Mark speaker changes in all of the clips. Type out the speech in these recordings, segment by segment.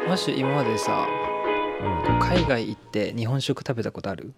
Speaker 1: もし今までさ、海外行って日本食食べたことある？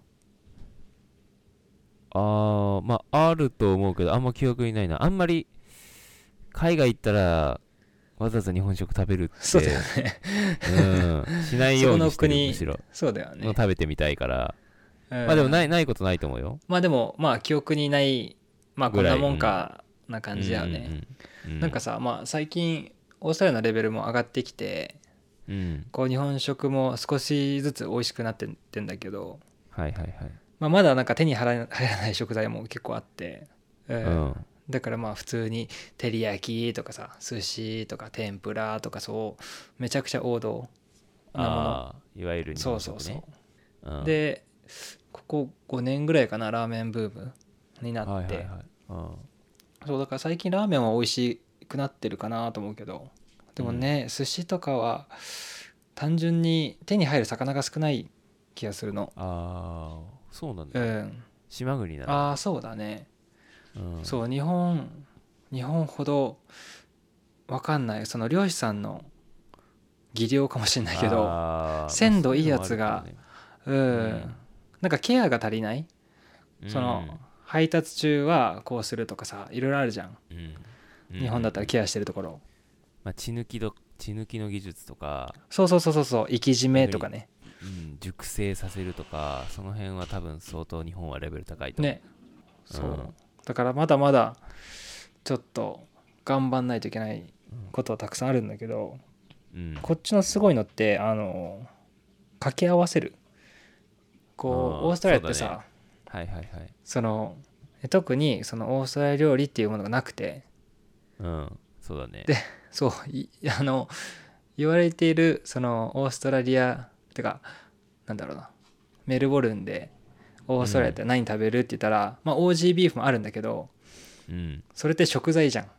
Speaker 2: まああると思うけどあんま記憶にないな。あんまり海外行ったらわざわざ日本食食べるっ
Speaker 1: そうだよ
Speaker 2: て
Speaker 1: ね
Speaker 2: しない
Speaker 1: そこ
Speaker 2: ようにしてる。む
Speaker 1: の国、
Speaker 2: しろ
Speaker 1: そうだよね。
Speaker 2: 食べてみたいから。まあでも
Speaker 1: うん。
Speaker 2: ないことないと思うよ。
Speaker 1: まあでも、まあ記憶にない、まあこ
Speaker 2: ぐらい。
Speaker 1: んなもんかな
Speaker 2: うん
Speaker 1: 感じだよね。なんか
Speaker 2: うん
Speaker 1: さ、まあ最近、オーストラリアのレベルも上がってきて、
Speaker 2: うん。
Speaker 1: こう日本食も少しずつ美味しくなってってんだけど、
Speaker 2: はいはいはい。
Speaker 1: まあ、まだなんか手に入らない食材も結構あって、
Speaker 2: うん。
Speaker 1: だからまあ普通に照り焼きとかさ、寿司とか天ぷらとか、そうめちゃくちゃ王道なもの。
Speaker 2: いわゆる日
Speaker 1: そう
Speaker 2: 本食ね。
Speaker 1: そうそ
Speaker 2: うん。
Speaker 1: う。でここ5年ぐらいかな、ラーメンブームになって、
Speaker 2: はいはいはい。
Speaker 1: そうだから最近ラーメンは美味しくなってるかなと思うけど、でもね、寿司とかは単純に手に入る魚が少ない気がするの。
Speaker 2: そうなんだ。
Speaker 1: うん。
Speaker 2: 島国なんだ。
Speaker 1: ああ、そうだね。
Speaker 2: うん。
Speaker 1: そう日本ほどわかんない、その漁師さんの技量かもしれないけど、
Speaker 2: まあ
Speaker 1: 鮮度いい
Speaker 2: そういうのもあ
Speaker 1: やつが、
Speaker 2: るかもね。
Speaker 1: なんかケアが足りない。その配達中はこうするとかさ、いろいろあるじゃん。日本だったらケアしてるところ、
Speaker 2: まあ血抜きの技術とか、
Speaker 1: そうそうそうそうそう、生き締めとかね。
Speaker 2: 熟成させるとか、その辺は多分相当日本はレベル高いと思う。
Speaker 1: ね、そうだからまだまだちょっと頑張んないといけないことはたくさんあるんだけど、こっちのすごいのって掛け合わせる。こうオーストラリアってさ、
Speaker 2: はいはいはい。
Speaker 1: その特にそのオーストラリア料理っていうものがなくて、
Speaker 2: そうだね。
Speaker 1: でそう言われているそのオーストラリアってか、なんだろうな、メルボルンでオーストラリアって何食べるって言ったら、まあオージービーフもあるんだけど、それって食材じゃん。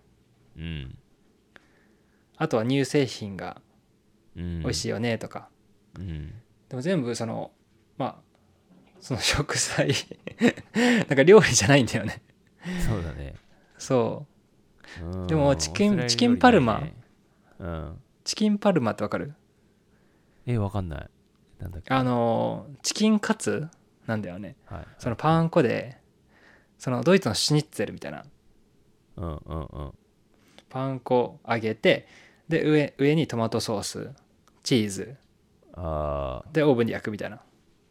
Speaker 1: あとは乳製品が美味しいよねとか、でも全部そのまあその食材なんか料理じゃないんだよね。
Speaker 2: そうだね。
Speaker 1: そうでもチキンパルマ、チキンパルマってわかる？
Speaker 2: わかんない。なんだっけ。
Speaker 1: チキンカツなんだよね。
Speaker 2: はい。
Speaker 1: そのパン粉で、そのドイツのシュニッツェルみたいなパン粉揚げて、で上にトマトソース、チーズでオーブンで焼くみたいな。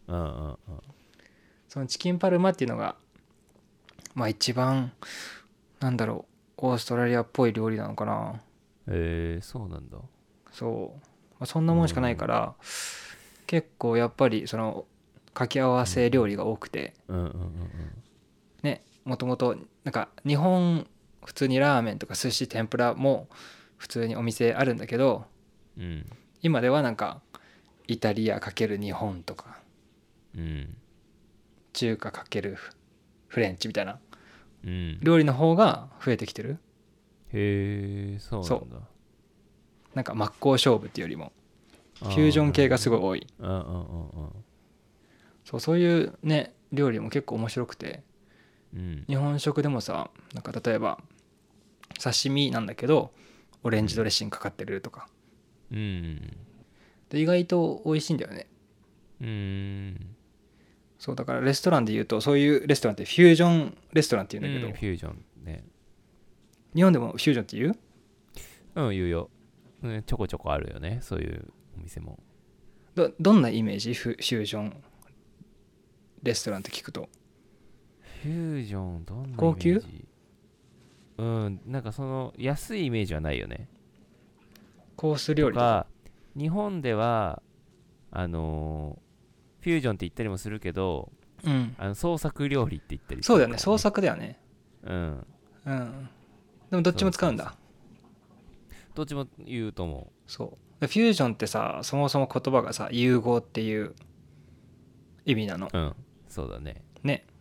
Speaker 1: そのチキンパルマっていうのがまあ一番なんだろう、オーストラリアっぽい料理なのかな。
Speaker 2: そうなんだ。
Speaker 1: そう、まあ、そんなもんしかないから、結構やっぱりその掛け合わせ料理が多くて、ね、もともとなんか日本普通にラーメンとか寿司天ぷらも普通にお店あるんだけど、今ではなんかイタリア×日本とか、中華×フレンチみたいな料理の方が増えてきてる。
Speaker 2: そうなんだ。
Speaker 1: なんか真っ向勝負っていうよりもフュージョン系がすごい多い。そういうね料理も結構面白くて、日本食でもさ、なんか例えば刺身なんだけどオレンジドレッシングかかってるとか、で意外と美味しいんだよね。そうだからレストランで言うと、そういうレストランってフュージョンレストランって言うんだけど、
Speaker 2: フュージョンね。
Speaker 1: 日本でもフュージョンって言う？
Speaker 2: 言うよ。ちょこちょこあるよね、そういうお店も。
Speaker 1: どんなイメージ？フュージョンレストランって聞くと。
Speaker 2: フュージョンどんなイメージ？
Speaker 1: 高級？
Speaker 2: なんかその安いイメージはないよね。
Speaker 1: コース料理とか。
Speaker 2: 日本ではフュージョンって言ったりもするけど、創作料理って言ったりする、
Speaker 1: そうだよね、創作だよね。でもどっちも使うんだ。
Speaker 2: どっちも言うと思
Speaker 1: う。そうフュージョンってさ、そもそも言葉がさ融合っていう意味なの。
Speaker 2: そうだね。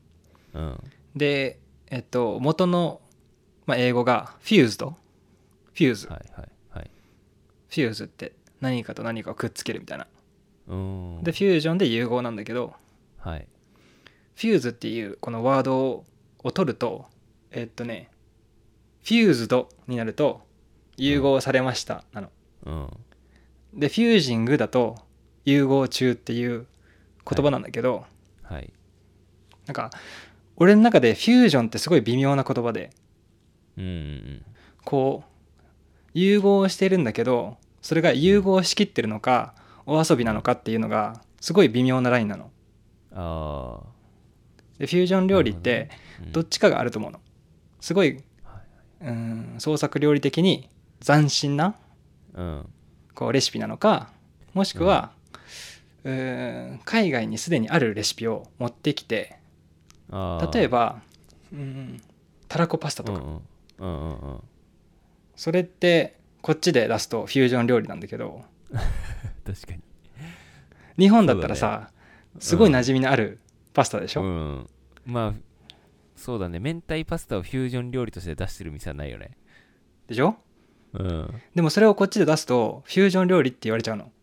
Speaker 1: で元の、英語がフューズド、フューズ、フューズって何かと何かをくっつけるみたいな。でフュージョンで融合なんだけど、フューズっていうこのワードを取るとフューズドになると融合されましたなの。 でフュージングだと融合中っていう言葉なんだけど、
Speaker 2: はい。
Speaker 1: なんか俺の中でフュージョンってすごい微妙な言葉で、
Speaker 2: うんうん
Speaker 1: こう融合してるんだけどそれが融合しきってるのかお遊びなのかっていうのがすごい微妙なラインなの。
Speaker 2: あ
Speaker 1: でフュージョン
Speaker 2: あ、
Speaker 1: 料理ってどっちかがあると思うの。すごい創作料理的に斬新な
Speaker 2: うん
Speaker 1: こうレシピなのか、もしくは、海外にすでにあるレシピを持ってきて、例えばたらこパスタとか、それってこっちで出すとフュージョン料理なんだけど、
Speaker 2: 確かに
Speaker 1: 日本だったらさ、すごい馴染みのあるパスタでしょ、
Speaker 2: まあそうだね、明太パスタをフュージョン料理として出してる店はないよね。
Speaker 1: でしょ。でもそれをこっちで出すとフュージョン料理って言われちゃうの。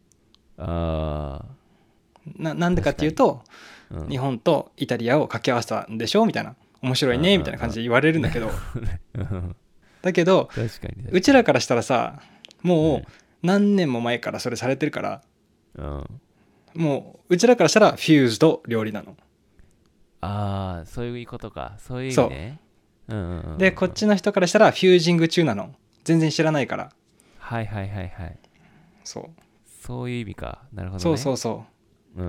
Speaker 1: なんでかっていうと、日本とイタリアを掛け合わせたんでしょみたいな、面白いねみたいな感じで言われるんだけど、だけど
Speaker 2: 確かに
Speaker 1: うちらからしたらさ、もう何年も前からそれされてるから、もううちらからしたらフューズド料理なの。
Speaker 2: ああ、そういうことか。そういう意味ね。
Speaker 1: でこっちの人からしたらフュージング中なの。全然知らないから。
Speaker 2: はいはいはいはい。 そういう意味か。なるほどね。
Speaker 1: そう、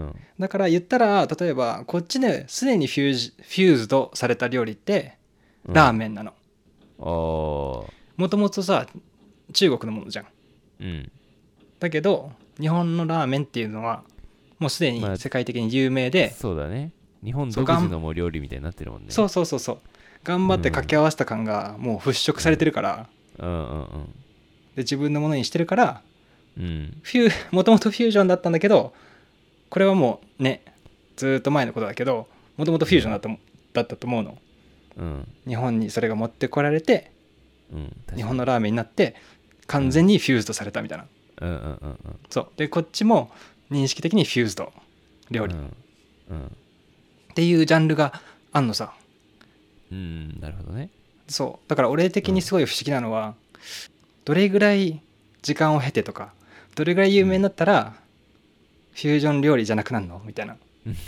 Speaker 1: だから言ったら、例えばこっちですでにフューズドされた料理ってラーメンなの。もともとさ中国のものじゃん。だけど日本のラーメンっていうのはもうすでに世界的に有名で、
Speaker 2: そうだね、日本独自のもう料理みたいになってるもんね。
Speaker 1: そう頑張って掛け合わせた感がもう払拭されてるから、で自分のものにしてるから、もともとフュージョンだったんだけど、これはもうねずっと前のことだけど、もともとフュージョンだったと思うの。日本にそれが持ってこられて、日本のラーメンになって完全にフューズドされたみたいな。そうでこっちも認識的にフューズド料理、っていうジャンルがあんのさ。
Speaker 2: なるほどね。
Speaker 1: そうだから俺的にすごい不思議なのは、どれぐらい時間を経てとか、どれぐらい有名になったらフュージョン料理じゃなくなるのみたいな。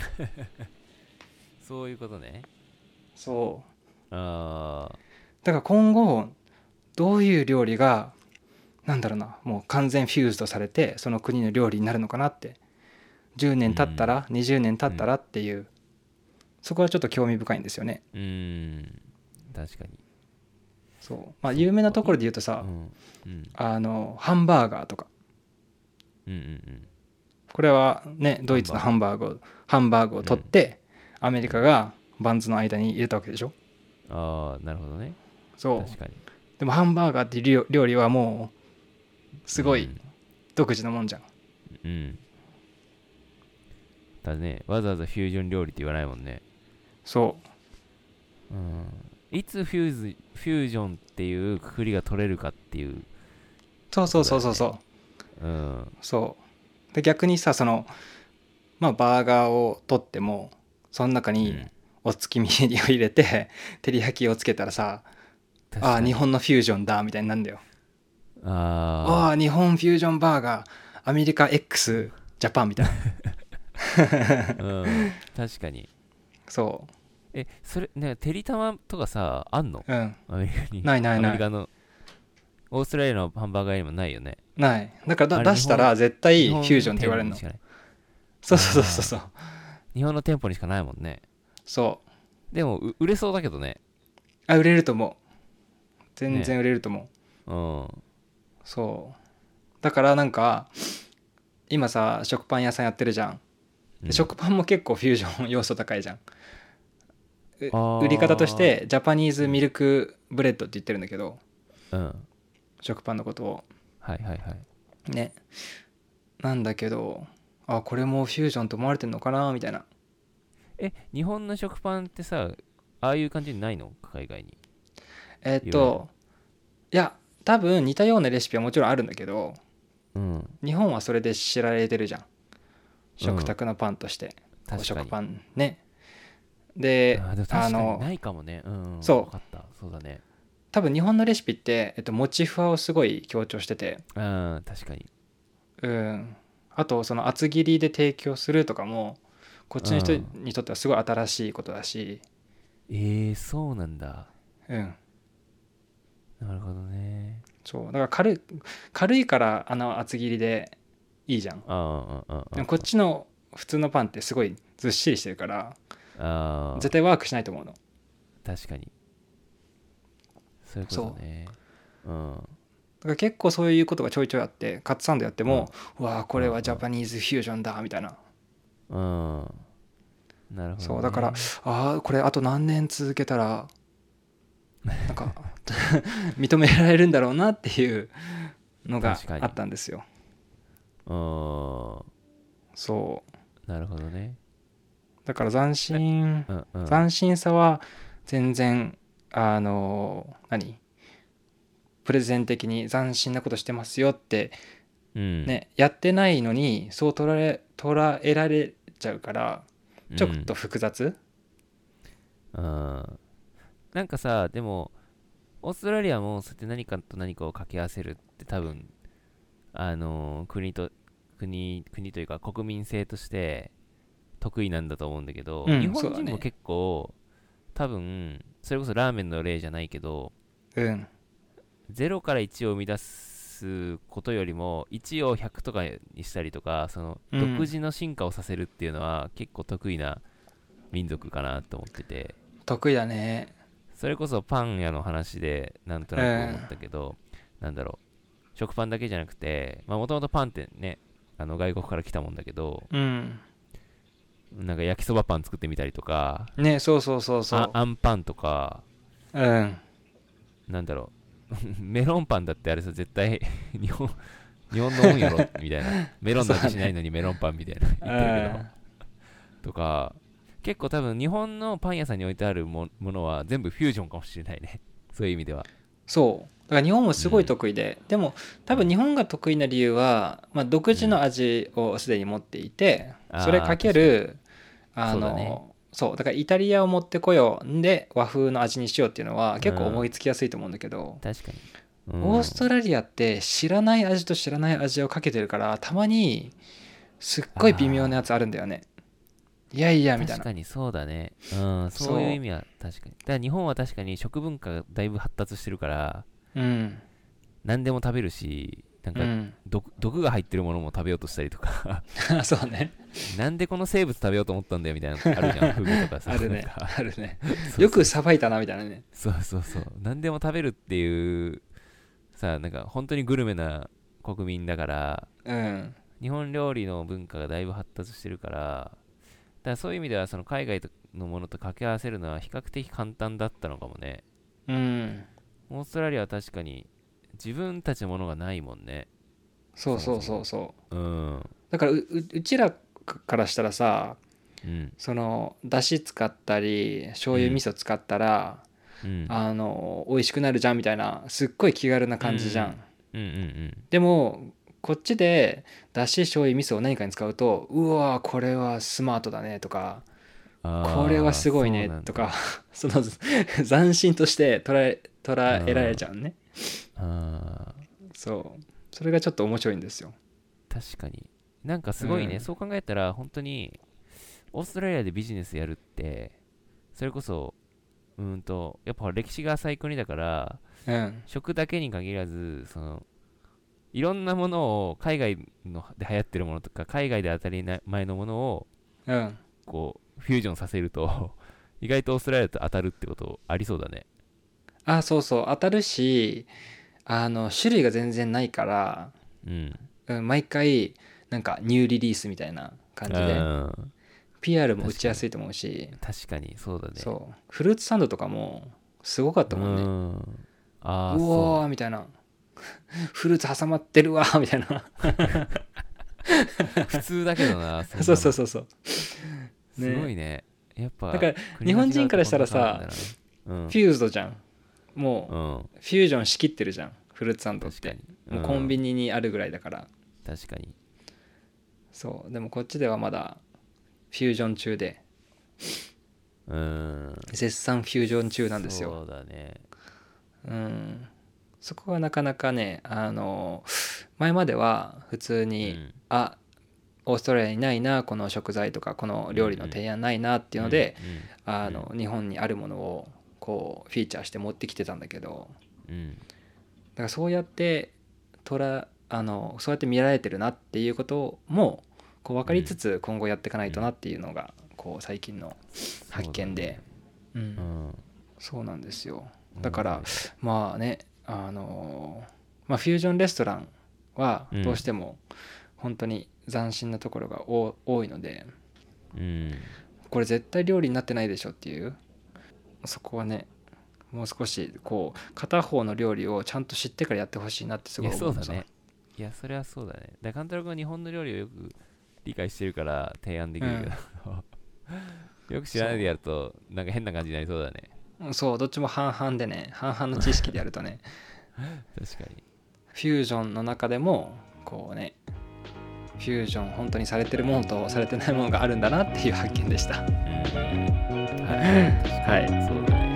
Speaker 2: そういうことね。
Speaker 1: そうだから今後どういう料理がなんだろうな、もう完全フューズドされてその国の料理になるのかなって、10年経ったら、20年経ったらっていう、そこはちょっと興味深いんですよね。
Speaker 2: 確かに。
Speaker 1: そうまあ有名なところで言うとさ、ハンバーガーとか、これはねドイツのハンバーグを取って、アメリカがバンズの間に入れたわけでしょ。
Speaker 2: ああ、なるほどね。
Speaker 1: そう
Speaker 2: 確かに。
Speaker 1: でもハンバーガーっていう料理はもうすごい独自のもんじゃん。
Speaker 2: だね、わざわざフュージョン料理って言わないもんね。いつフュージョンっていうくくりが取れるかっていう、
Speaker 1: そうで逆にさ、そのまあバーガーを取ってもその中にお月見を入れて照り焼きをつけたらさ、日本のフュージョンだみたいになるんだよ。日本フュージョンバーガーアメリカ X ジャパンみたいな。
Speaker 2: 確かに。
Speaker 1: そう
Speaker 2: それね、てりたまとかさあんの？アメリカに。
Speaker 1: ない。
Speaker 2: アメリカのオーストラリアのハンバーガーにもないよね。
Speaker 1: ない。だから出したら絶対フュージョンって言われるの。そう
Speaker 2: 日本の店舗にしかないもんね。でも売れそうだけどね。
Speaker 1: 売れると思う。全然売れると思う。そうだからなんか今さ食パン屋さんやってるじゃん。食パンも結構フュージョン要素高いじゃん。売り方としてジャパニーズミルクブレッドって言ってるんだけど、食パンのことをね、なんだけどこれもフュージョンと思われてんのかなみたいな。
Speaker 2: 日本の食パンってさああいう感じにないの？海外に。
Speaker 1: いや多分似たようなレシピはもちろんあるんだけど、日本はそれで知られてるじゃん、食卓のパンとして、食パンね。で
Speaker 2: 確かにないかもね。
Speaker 1: そう
Speaker 2: 分かった。そうだね。
Speaker 1: 多分日本のレシピって、モチフワをすごい強調してて、
Speaker 2: 確かに
Speaker 1: うん、あとその厚切りで提供するとかもこっちの人にとってはすごい新しいことだし、
Speaker 2: そうなんだ。
Speaker 1: うん、
Speaker 2: なるほどね。
Speaker 1: そうだから軽いからあの厚切りでいいじゃん。でもこっちの普通のパンってすごいずっしりしてるから絶対ワークしないと思うの。
Speaker 2: 確かにそういうこ
Speaker 1: そう
Speaker 2: とね。うん。
Speaker 1: だから結構そういうことがちょいちょいあって、カツサンドやっても、うわーこれはジャ
Speaker 2: うん
Speaker 1: パニーズフュージョンだみたいな。
Speaker 2: うん。なるほどね。
Speaker 1: そうだからこれあと何年続けたらなんか認められるんだろうなっていうのがあったんですよ。そう。
Speaker 2: なるほどね。
Speaker 1: だから斬新さは全然プレゼン的に斬新なことしてますよってね、やってないのにそう捉えられちゃうからちょっと複雑。
Speaker 2: なんかさ、でもオーストラリアもそうやって何かと何かを掛け合わせるって多分国というか国民性として得意なんだと思うんだけど、日本人も結構多分それこそラーメンの例じゃないけど、0から1を生み出すことよりも1を100とかにしたりとか、その独自の進化をさせるっていうのは結構得意な民族かなと思ってて。
Speaker 1: 得意だね。
Speaker 2: それこそパン屋の話でなんとなく思ったけど、なんだろう、食パンだけじゃなくて、もともとパンってね、外国から来たもんだけど、なんか焼きそばパン作ってみたりとか
Speaker 1: ね、そう
Speaker 2: あんパンとか、なんだろうメロンパンだってあれさ、絶対日本のもんやろみたいな、メロンの味しないのにメロンパンみたいな言ってるけどとか、結構多分日本のパン屋さんに置いてあるものは全部フュージョンかもしれないね。そういう意味では。
Speaker 1: そうだから日本もすごい得意で、でも多分日本が得意な理由は、独自の味をすでに持っていて、それかけるそうだからイタリアを持ってこようで和風の味にしようっていうのは結構思いつきやすいと思うんだけど、
Speaker 2: 確かに、
Speaker 1: オーストラリアって知らない味と知らない味をかけてるからたまにすっごい微妙なやつあるんだよね。いやいやみたいな。
Speaker 2: 確かにそうだね。そういう意味は確かに。だから日本は確かに食文化がだいぶ発達してるから、何でも食べるし、なんか、毒が入ってるものも食べようとしたりとか
Speaker 1: そうね。
Speaker 2: なんでこの生物食べようと思ったんだよみたいなのあるじゃん、フグとかさ。
Speaker 1: あるねあるねよくさばいたなみたいなね。
Speaker 2: そう何でも食べるっていうさ、なんか本当にグルメな国民だから、日本料理の文化がだいぶ発達してるから、だからそういう意味ではその海外のものと掛け合わせるのは比較的簡単だったのかもね。オーストラリアは確かに自分たちのものがないもんね。
Speaker 1: そうだからうちらからしたらさ、そのだし使ったり醤油味噌使ったら、美味しくなるじゃんみたいなすっごい気軽な感じじゃん。でもこっちでだし醤油味噌を何かに使うと、うわこれはスマートだねとか、これはすごいねとかその斬新として捉えられちゃうね。それがちょっと面白いんですよ。
Speaker 2: 確かになんかすごいね、そう考えたら本当にオーストラリアでビジネスやるってそれこそやっぱ歴史が浅い国だから、食だけに限らずそのいろんなものを海外ので流行ってるものとか海外で当たり前のものを、こうフュージョンさせると意外とオーストラリアと当たるってことありそうだね。
Speaker 1: そう当たるし、種類が全然ないから、毎回なんかニューリリースみたいな感じで PR も打ちやすいと思うし。
Speaker 2: 確かにそうだね。
Speaker 1: フルーツサンドとかもすごかったもんね。うおーみたいなフルーツ挟まってるわみたいな
Speaker 2: 普通だけどな。
Speaker 1: そう
Speaker 2: すごいね。やっぱ
Speaker 1: だから日本人からしたらさ、フューズドじゃん。もうフュージョンしきってるじゃんフルーツサンドって。もうコンビニにあるぐらいだから。
Speaker 2: 確かに。
Speaker 1: でもこっちではまだフュージョン中で、絶賛フュージョン中なんですよ。
Speaker 2: そうだね。
Speaker 1: そこはなかなかね前までは普通に、オーストラリアにないなこの食材とかこの料理の提案ないなっていうので、日本にあるものをこうフィーチャーして持ってきてたんだけど、だからそうやってそうやって見られてるなっていうこともこう分かりつつ今後やっていかないとなっていうのがこう最近の発見で、そうなんですよ。だからまあねフュージョンレストランはどうしても本当に斬新なところが多いので、これ絶対料理になってないでしょっていう、そこはねもう少しこう片方の料理をちゃんと知ってからやってほしいなってすごい思う。
Speaker 2: いやそうだね。いやそれはそうだね。だから勘太郎君は日本の料理をよく理解してるから提案できるけど、よく知らないでやるとなんか変な感じになりそうだね。
Speaker 1: そうどっちも半々でね、半々の知識でやるとね
Speaker 2: 確かに
Speaker 1: フュージョンの中でもこうねフュージョン本当にされてるものとされてないものがあるんだなっていう発見でした。
Speaker 2: はい、そうだね。